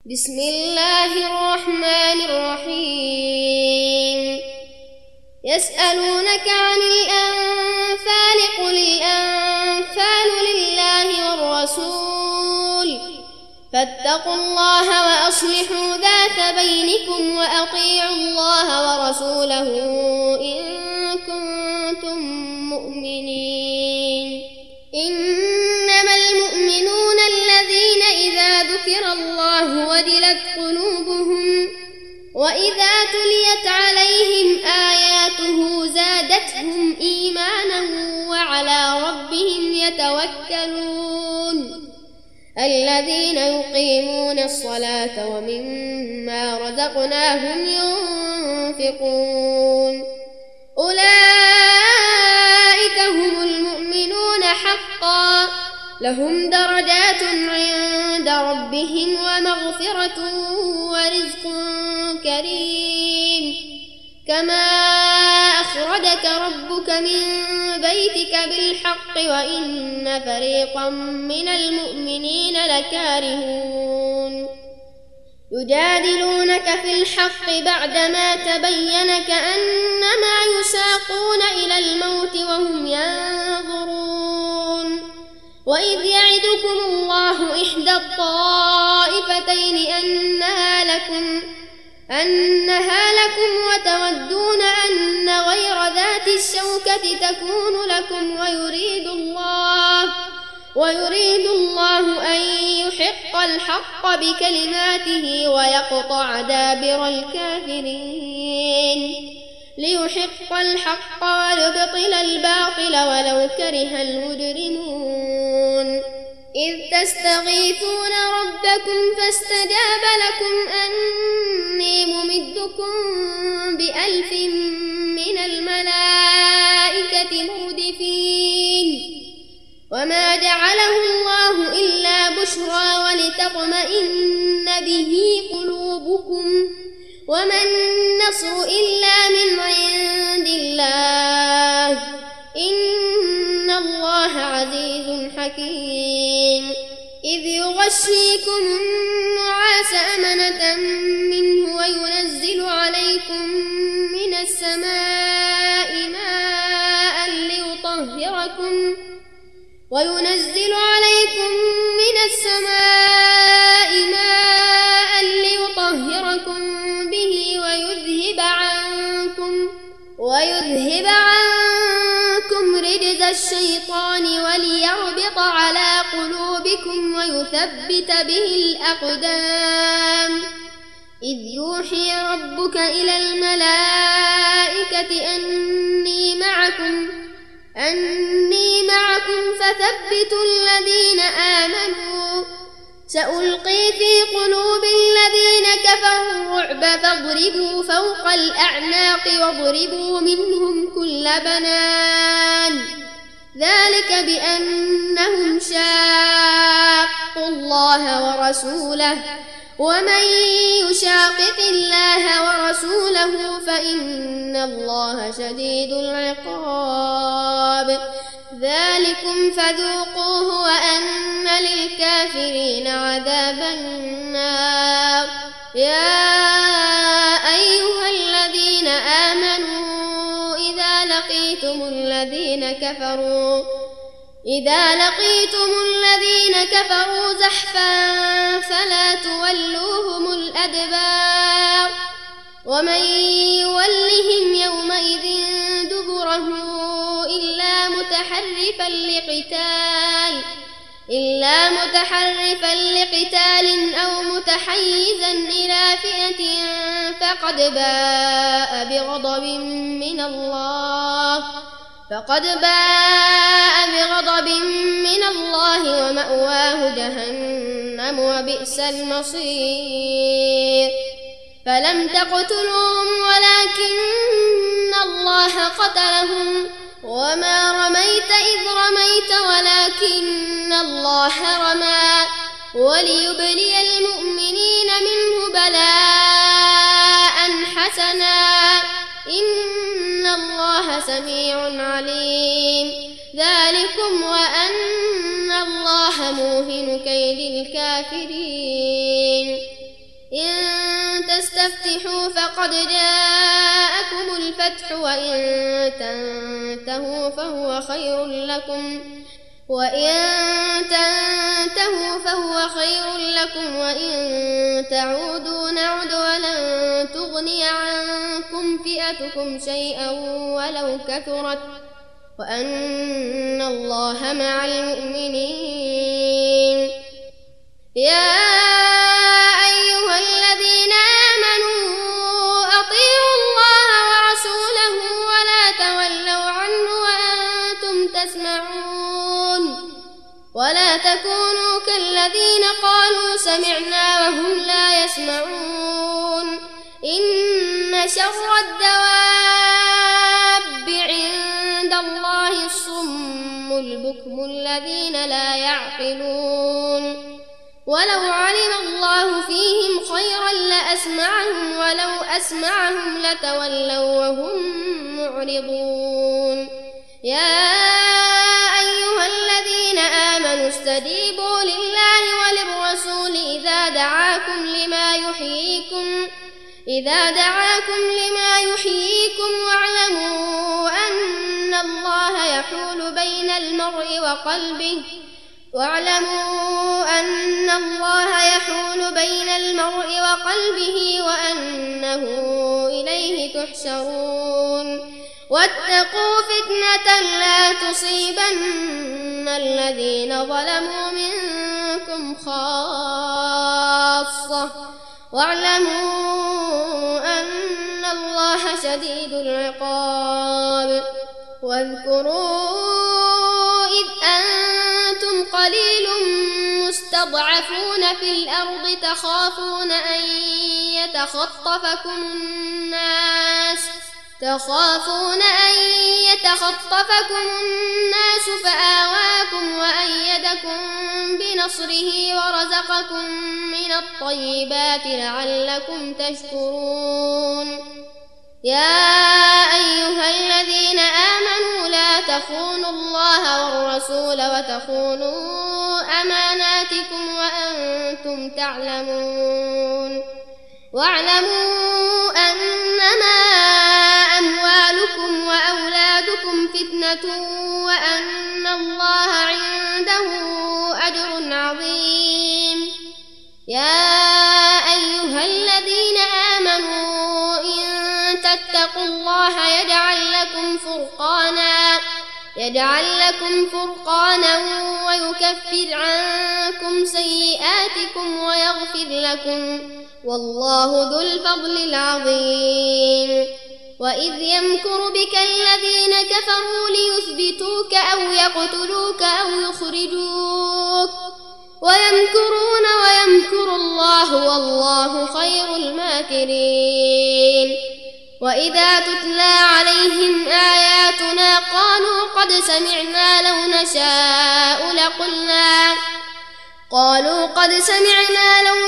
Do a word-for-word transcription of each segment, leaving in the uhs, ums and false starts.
بسم الله الرحمن الرحيم يسألونك عن الأنفال قل الأنفال لله والرسول فاتقوا الله وأصلحوا ذات بينكم وأطيعوا الله ورسوله إن كنتم مؤمنين إنما المؤمنون الذين إذا ذكر الله وجلت قلوبهم وإذا تليت عليهم آياته زادتهم إيمانا وعلى ربهم يتوكلون الذين يقيمون الصلاة ومما رزقناهم ينفقون أولئك هم المؤمنون حقا لهم درجات عند ربهم ومغفرة ورزق كريم كما أخرجك ربك من بيتك بالحق وإن فريقا من المؤمنين لكارهون يجادلونك في الحق بعدما تبين كأنما يساقون إلى الموت وهم ينظرون وإذ يعدكم الله إحدى الطائفتين أنها لكم أنها لكم وتودون أن غير ذات الشوكة تكون لكم ويريد الله ويريد الله أن يحق الحق بكلماته ويقطع دابر الكافرين ليحق الحق ويبطل الباطل ولو كره المجرمون إذ تستغيثون ربكم فاستجاب لكم أني ممدكم بألف من الملائكة مردفين وما جعله الله إلا بشرى ولتطمئن به قلوبكم وما النصر إلا من عند الله إن الله عزيز حكيم إذ يغشيكم النعاس أمنة منه وينزل عليكم من السماء ماء ليطهركم وينزل عليكم من السماء ماء ليطهركم به ويذهب عنكم ويذهب عنكم رجز الشيطان وليربط على قلوبكم ويثبت به الأقدام إذ يوحي ربك إلى الملائكة أني معكم أني معكم فثبتوا الذين آمنوا سألقي في قلوب الذين كفروا الرعب فاضربوا فوق الأعناق واضربوا منهم كل بنان ذلك بأنهم شاقوا الله ورسوله ومن يشاقق الله ورسوله فإن الله شديد العقاب ذلكم فذوقوه وأن للكافرين عذاب النار يا أيها الذين آمنوا إذا لقيتم الذين كفروا إذا لقيتم الذين كفروا زحفا فلا تولوهم الأدبار ومن يولهم يومئذ دبره إلا متحرفا لقتال إلا متحرفا لقتال أو متحيزا إلى فئة فقد باء بغضب من الله فقد باء بغضب من الله ومأواه جهنم وبئس المصير فلم تقتلوهم ولكن الله قتلهم وما رميت إذ رميت ولكن الله رمى وليبلي المؤمنين منه بلاء حسنا إن الله سميع عليم ذلكم وأن الله موهن كيد الكافرين تستفتحوا فقد جاءكم الفتح وإن تنتهوا فهو خير لكم وإن تنتهوا فهو خير لكم وإن تعودوا نعد ولن تغني عنكم فئتكم شيئا ولو كثرت وأن الله مع المؤمنين. يا أيها الذين آمنوا أطيعوا الله ورسوله ولا تولوا عنه وأنتم تسمعون ولا تكونوا كالذين قالوا سمعنا وهم لا يسمعون. إن شر الدواب عند الله الصم البكم الذين لا يعقلون. ولو علم الله فيهم خيرا لأسمعهم ولو أسمعهم لتولوا وهم معرضون. يا أيها الذين آمنوا استجيبوا لله وللرسول إذا دعاكم لما يحييكم إذا دعاكم لما يحييكم واعلموا أن الله يحول بين المرء وقلبه واعلموا أن الله يحول بين المرء وقلبه وأنه إليه تحشرون. واتقوا فتنة لا تصيبن الذين ظلموا منكم خاصة واعلموا أن الله شديد العقاب. واذكروا إذ أنتم قليل مستضعفون في الأرض تخافون أن يتخطفكم الناس تخافون أن يتخطفكم الناس فآواكم وأيدكم بنصره ورزقكم من الطيبات لعلكم تشكرون. يا أيها الذين آمنوا لا تخونوا الله والرسول وتخونوا أماناتكم وأنتم تعلمون. واعلموا أنما أموالكم وأولادكم فتنة وأن الله عنده أجر عظيم. يا أيها الذين آمنوا إن تتقوا الله يجعل لكم فرقانا يجعل لكم فرقانا ويكفر عنكم سيئاتكم ويغفر لكم والله ذو الفضل العظيم. وإذ يمكر بك الذين كفروا ليثبتوك أو يقتلوك أو يخرجوك ويمكرون ويمكر الله والله خير الماكرين. وإذا تتلى عليهم آياتنا قالوا قد سمعنا لو نشاء لقلنا قالوا قد سمعنا لو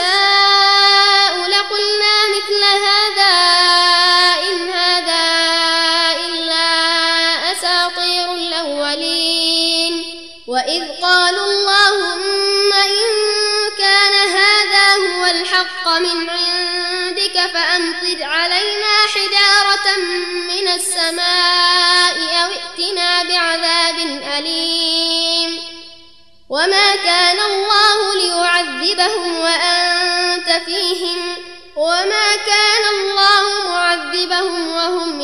نشاء لقلنا مثل هذا إن هذا إلا أساطير الأولين. وإذ قالوا اللهم إن كان هذا هو الحق من عندك فأمطر علينا حجارة من السماء أو ائتنا بعذاب أليم. وما كان الله ليعذبهم وأنت فيهم وما كان الله معذبهم وهم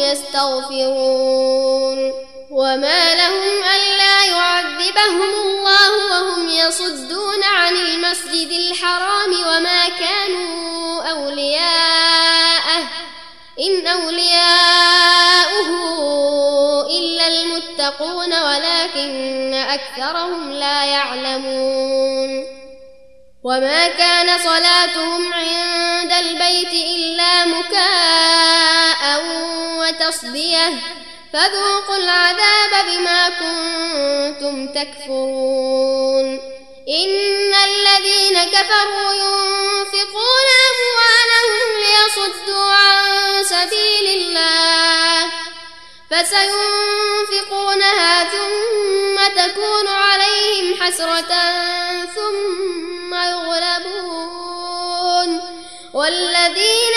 يستغفرون. وما لهم ألا يعذبهم الله وهم يصدون عن المسجد الحرام وما كانوا أولياءه إن أولياؤه إلا المتقون ولكن أكثرهم لا يعلمون. وما كان صلاتهم عند البيت إلا مكاء وتصدية فذوقوا العذاب بما كنتم تكفرون. إن الذين كفروا ينفقون أموالهم ليصدوا عن سبيل الله فسينفقونها ثم تكون عليهم حسرة ثم يغلبون والذين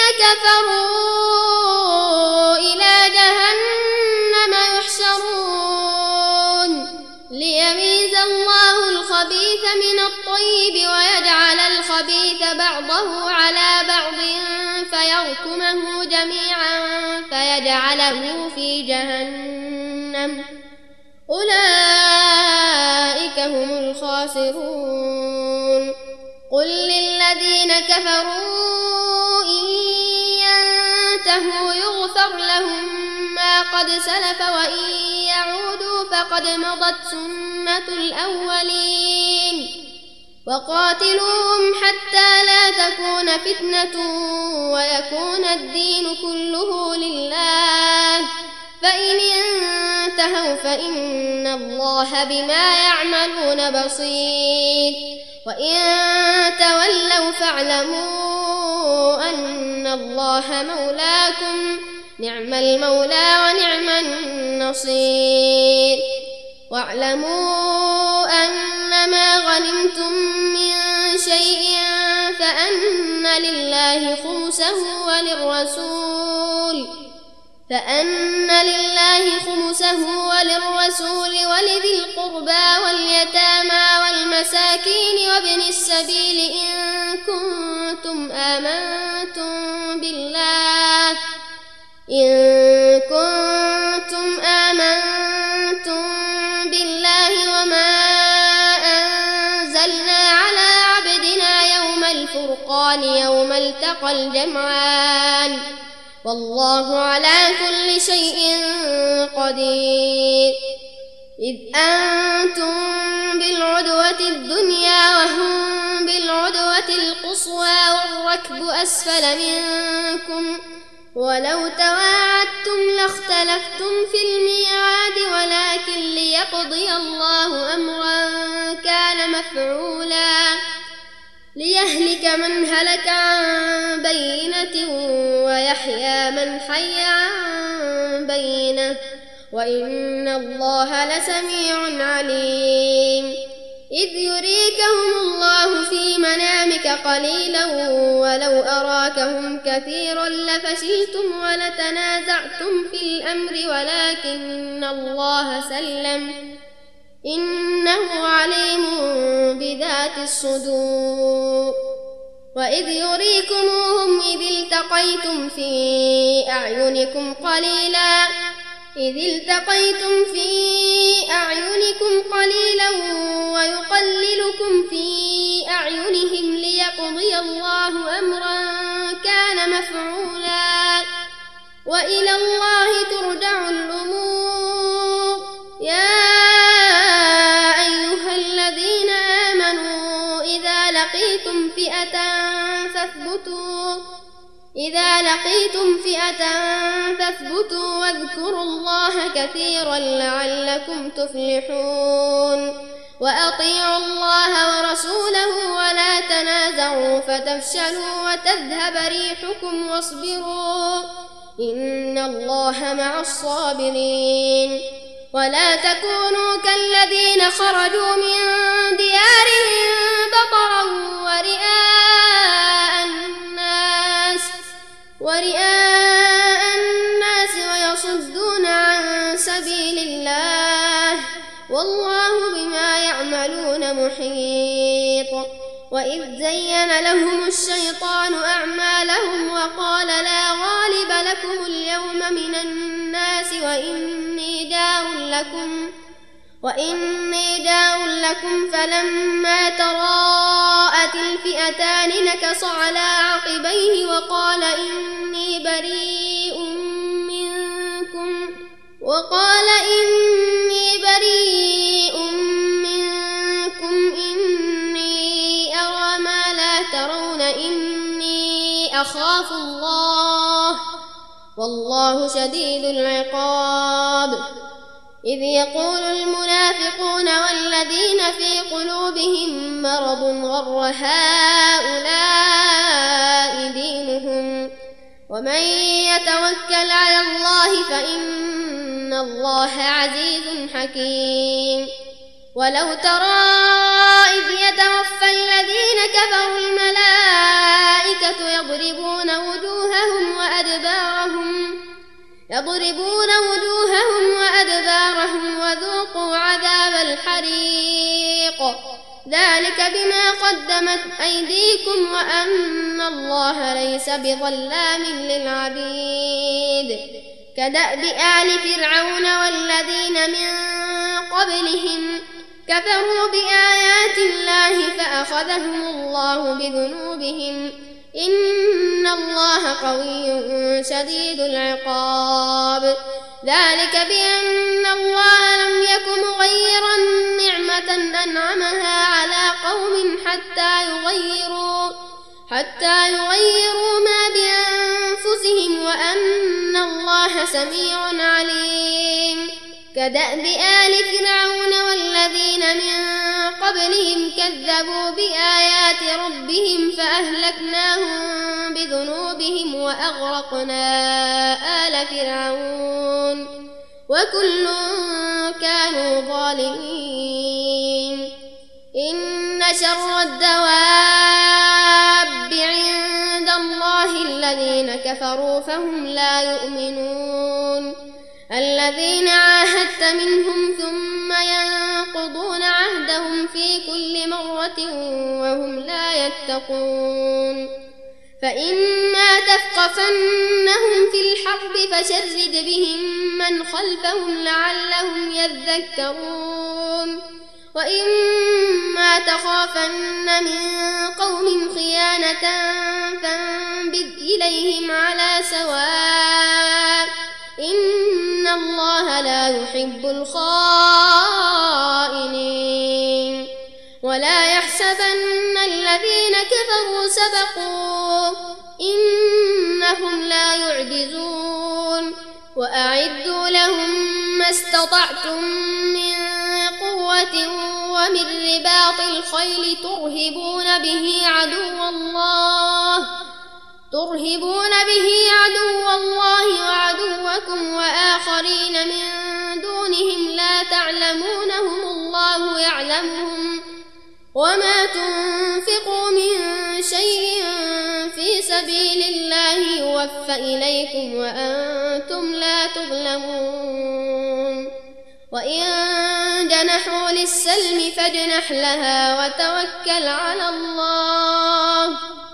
كفروا إلى جهنم يحشرون ليميز الله الخبيث من الطيب ويجعل الخبيث بعضه على بعض فيركمه جميعا فيجعله في جهنم أولئك هم الخاسرون قل للذين كفروا إن ينتهوا يغفر لهم ما قد سلف وإن يعودوا فقد مضت سنة الأولين وقاتلوهم حتى لا تكون فتنة ويكون الدين كله لله فإن انتهوا فإن الله بما يعملون بصير وإن تولوا فاعلموا أن الله مولاكم نعم المولى ونعم النصير واعلموا أنما غنمتم من شيء فأن لله خمسه وللرسول فأن لله خمسه وللرسول ولذي القربى واليتامى والمساكين وابن السبيل إن كنتم آمنتم بالله إن كنتم آمنتم بالله وما أنزلنا على عبدنا يوم الفرقان يوم التقى الجمعان والله على كل شيء قدير إذ أنتم بالعدوة الدنيا وهم بالعدوة القصوى والركب أسفل منكم ولو تواعدتم لاختلفتم في الميعاد ولكن ليقضي الله أمرا كان مفعولا ليهلك من هلك عن بينة ويحيى من حي عن بينة وإن الله لسميع عليم إذ يريكهم الله في منامك قليلا ولو أراكهم كثيرا لفشلتم ولتنازعتم في الأمر ولكن الله سلم إنه عليم بذات الصدور وإذ يريكموهم إذ التقيتم في أعينكم قليلا إذ التقيتم في أعينكم قليلا ويقللكم في أعينهم ليقضي الله أمرا كان مفعولا وإلى الله ترجع الأمور يا أيها الذين آمنوا إذا لقيتم فئة فاثبتوا إذا لقيتم فئة فاثبتوا واذكروا الله كثيرا لعلكم تفلحون وأطيعوا الله ورسوله ولا تنازعوا فتفشلوا وتذهب ريحكم واصبروا إن الله مع الصابرين ولا تكونوا كالذين خرجوا من ديارهم بطرا ورئاء الناس ورئاء الناس ويصدون عن سبيل الله والله بما يعملون محيط وإذ زين لهم الشيطان أعمالهم وقال لا غالب لكم اليوم من الناس وإني جار لكم وإني جار لكم فلما تراءت الفئتان نكص على عقبيه وقال إني بريء منكم وقال إني بريء منكم إني أرى ما لا ترون إني أخاف الله والله شديد العقاب إذ يقول المنافقون والذين في قلوبهم مرض غر هؤلاء دينهم ومن يتوكل على الله فإن الله عزيز حكيم ولو ترى إذ يتوفى الذين كفروا الملائكة يضربون وجوههم وأدبارهم يضربون وجوههم وأدبارهم وذوقوا عذاب الحريق ذلك بما قدمت أيديكم وأن الله ليس بظلام للعبيد كدأب آل فرعون والذين من قبلهم كفروا بآيات الله فأخذهم الله بذنوبهم إن الله قوي شديد العقاب ذلك بأن الله لم يك مغيرا نعمة أنعمها على قوم حتى يغيروا حتى يغيروا ما بأنفسهم وأن الله سميع عليم كدأب آل فرعون والذين من قبلهم كذبوا بآيات ربهم فأهلكناهم بذنوبهم وأغرقنا آل فرعون وكل كانوا ظالمين إن شر الدواب عند الله الذين كفروا فهم لا يؤمنون الذين عاهدت منهم ثم ينقضون عهدهم في كل مرة وهم لا يتقون فإما تثقفنهم في الحرب فشرد بهم من خلفهم لعلهم يذكرون وإما تخافن من قوم خيانة فانبذ إليهم على سواء إن الله لا يحب الخائنين ولا يحسبن الذين كفروا سبقوا إنهم لا يعجزون وأعدوا لهم ما استطعتم من قوة ومن رباط الخيل ترهبون به عدو الله ترهبون به عدو الله وعدوكم وآخرين من دونهم لا تعلمونهم الله يعلمهم وما تنفقوا من شيء في سبيل الله يوفى إليكم وأنتم لا تظلمون وإن جنحوا للسلم فاجنح لها وتوكل على الله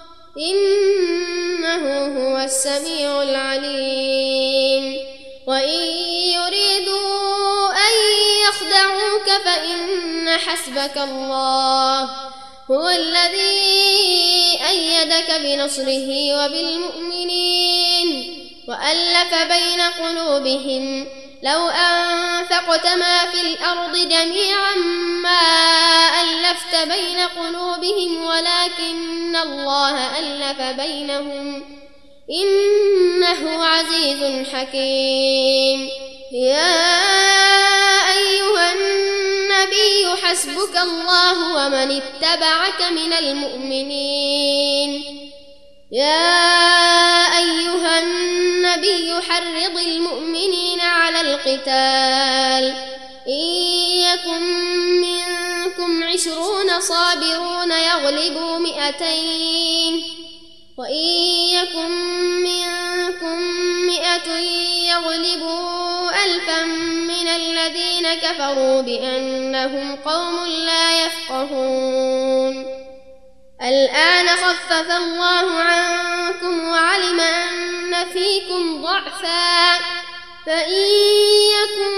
إنه هو السميع العليم وإن يريدوا أن يخدعوك فإن حسبك الله هو الذي أيدك بنصره وبالمؤمنين وألف بين قلوبهم لو أنفقت ما في الأرض جميعا ما ألفت بين قلوبهم ولكن الله ألف بينهم إنه عزيز حكيم يا أيها النبي حسبك الله ومن اتبعك من المؤمنين يا أيها النبي حرض المؤمنين على القتال إن يكن منكم عشرون صابرون يغلبوا مئتين وإن يكن منكم مئة يغلبوا ألفا من الذين كفروا بأنهم قوم لا يفقهون الآن خفف الله عنكم وعلم أن فيكم ضعفا فإن يكن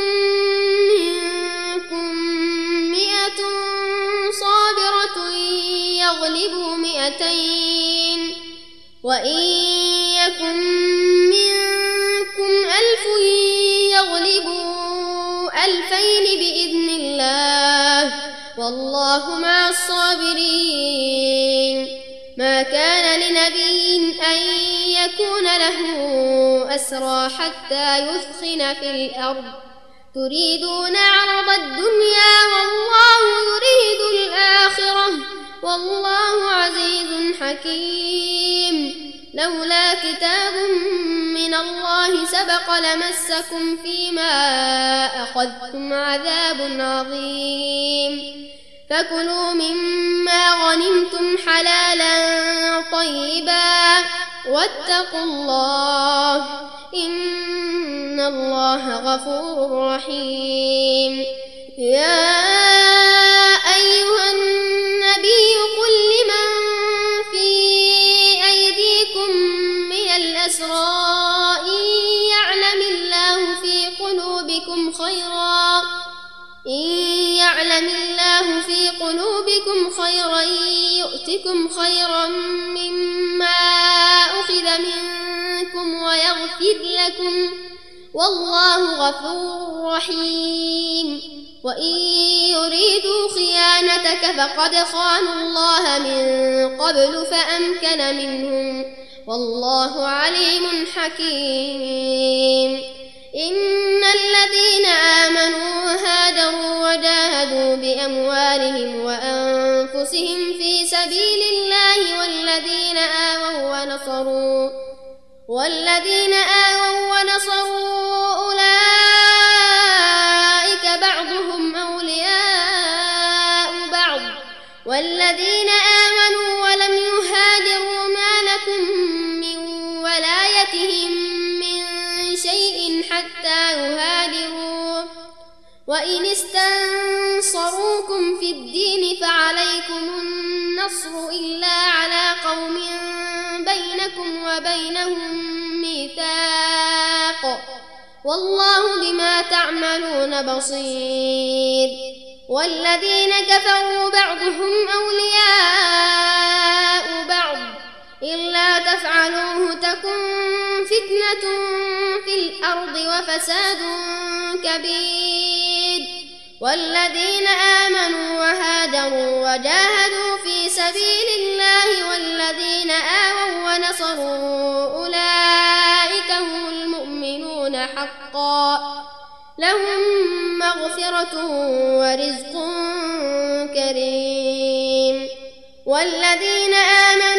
منكم مئة صابرة يغلبوا مئتين وإن يكن منكم ألف يغلبوا ألفين بإذن الله والله مع الصابرين ما كان لنبي أن يكون له أسرى حتى يثخن في الأرض تريدون عرض الدنيا والله يريد الآخرة والله عزيز حكيم لولا كتاب من من الله سبق لمسكم فيما أخذتم عذاب عظيم فكلوا مما غنمتم حلالا طيبا واتقوا الله إن الله غفور رحيم. يا أيها النبي قل لمن في أيديكم من الأسرى إن يعلم الله في قلوبكم خيرا إن يعلم الله في قلوبكم خيرا يؤتكم خيرا مما أخذ منكم ويغفر لكم والله غفور رحيم. وإن يريدوا خيانتك فقد خانوا الله من قبل فأمكن منهم والله عليم حكيم. إن الذين آمنوا وهاجروا وجاهدوا بأموالهم وأنفسهم في سبيل الله والذين آووا ونصروا والذين آووا ونصروا أولئك بعضهم أولياء بعض والذين آمنوا ولم يهاجروا ما لكم من ولايتهم من شيء حتى يهاجروا وإن استنصروكم في الدين فعليكم النصر إلا على قوم بينكم وبينهم ميثاق والله بما تعملون بصير. والذين كفروا بعضهم أولياء بعض إلا تفعلوه تكن فتنة في الأرض وفساد كبير. والذين آمنوا وهاجروا وجاهدوا في سبيل الله والذين آووا ونصروا أولئك هم المؤمنون حقا لهم مغفرة ورزق كريم. والذين آمنوا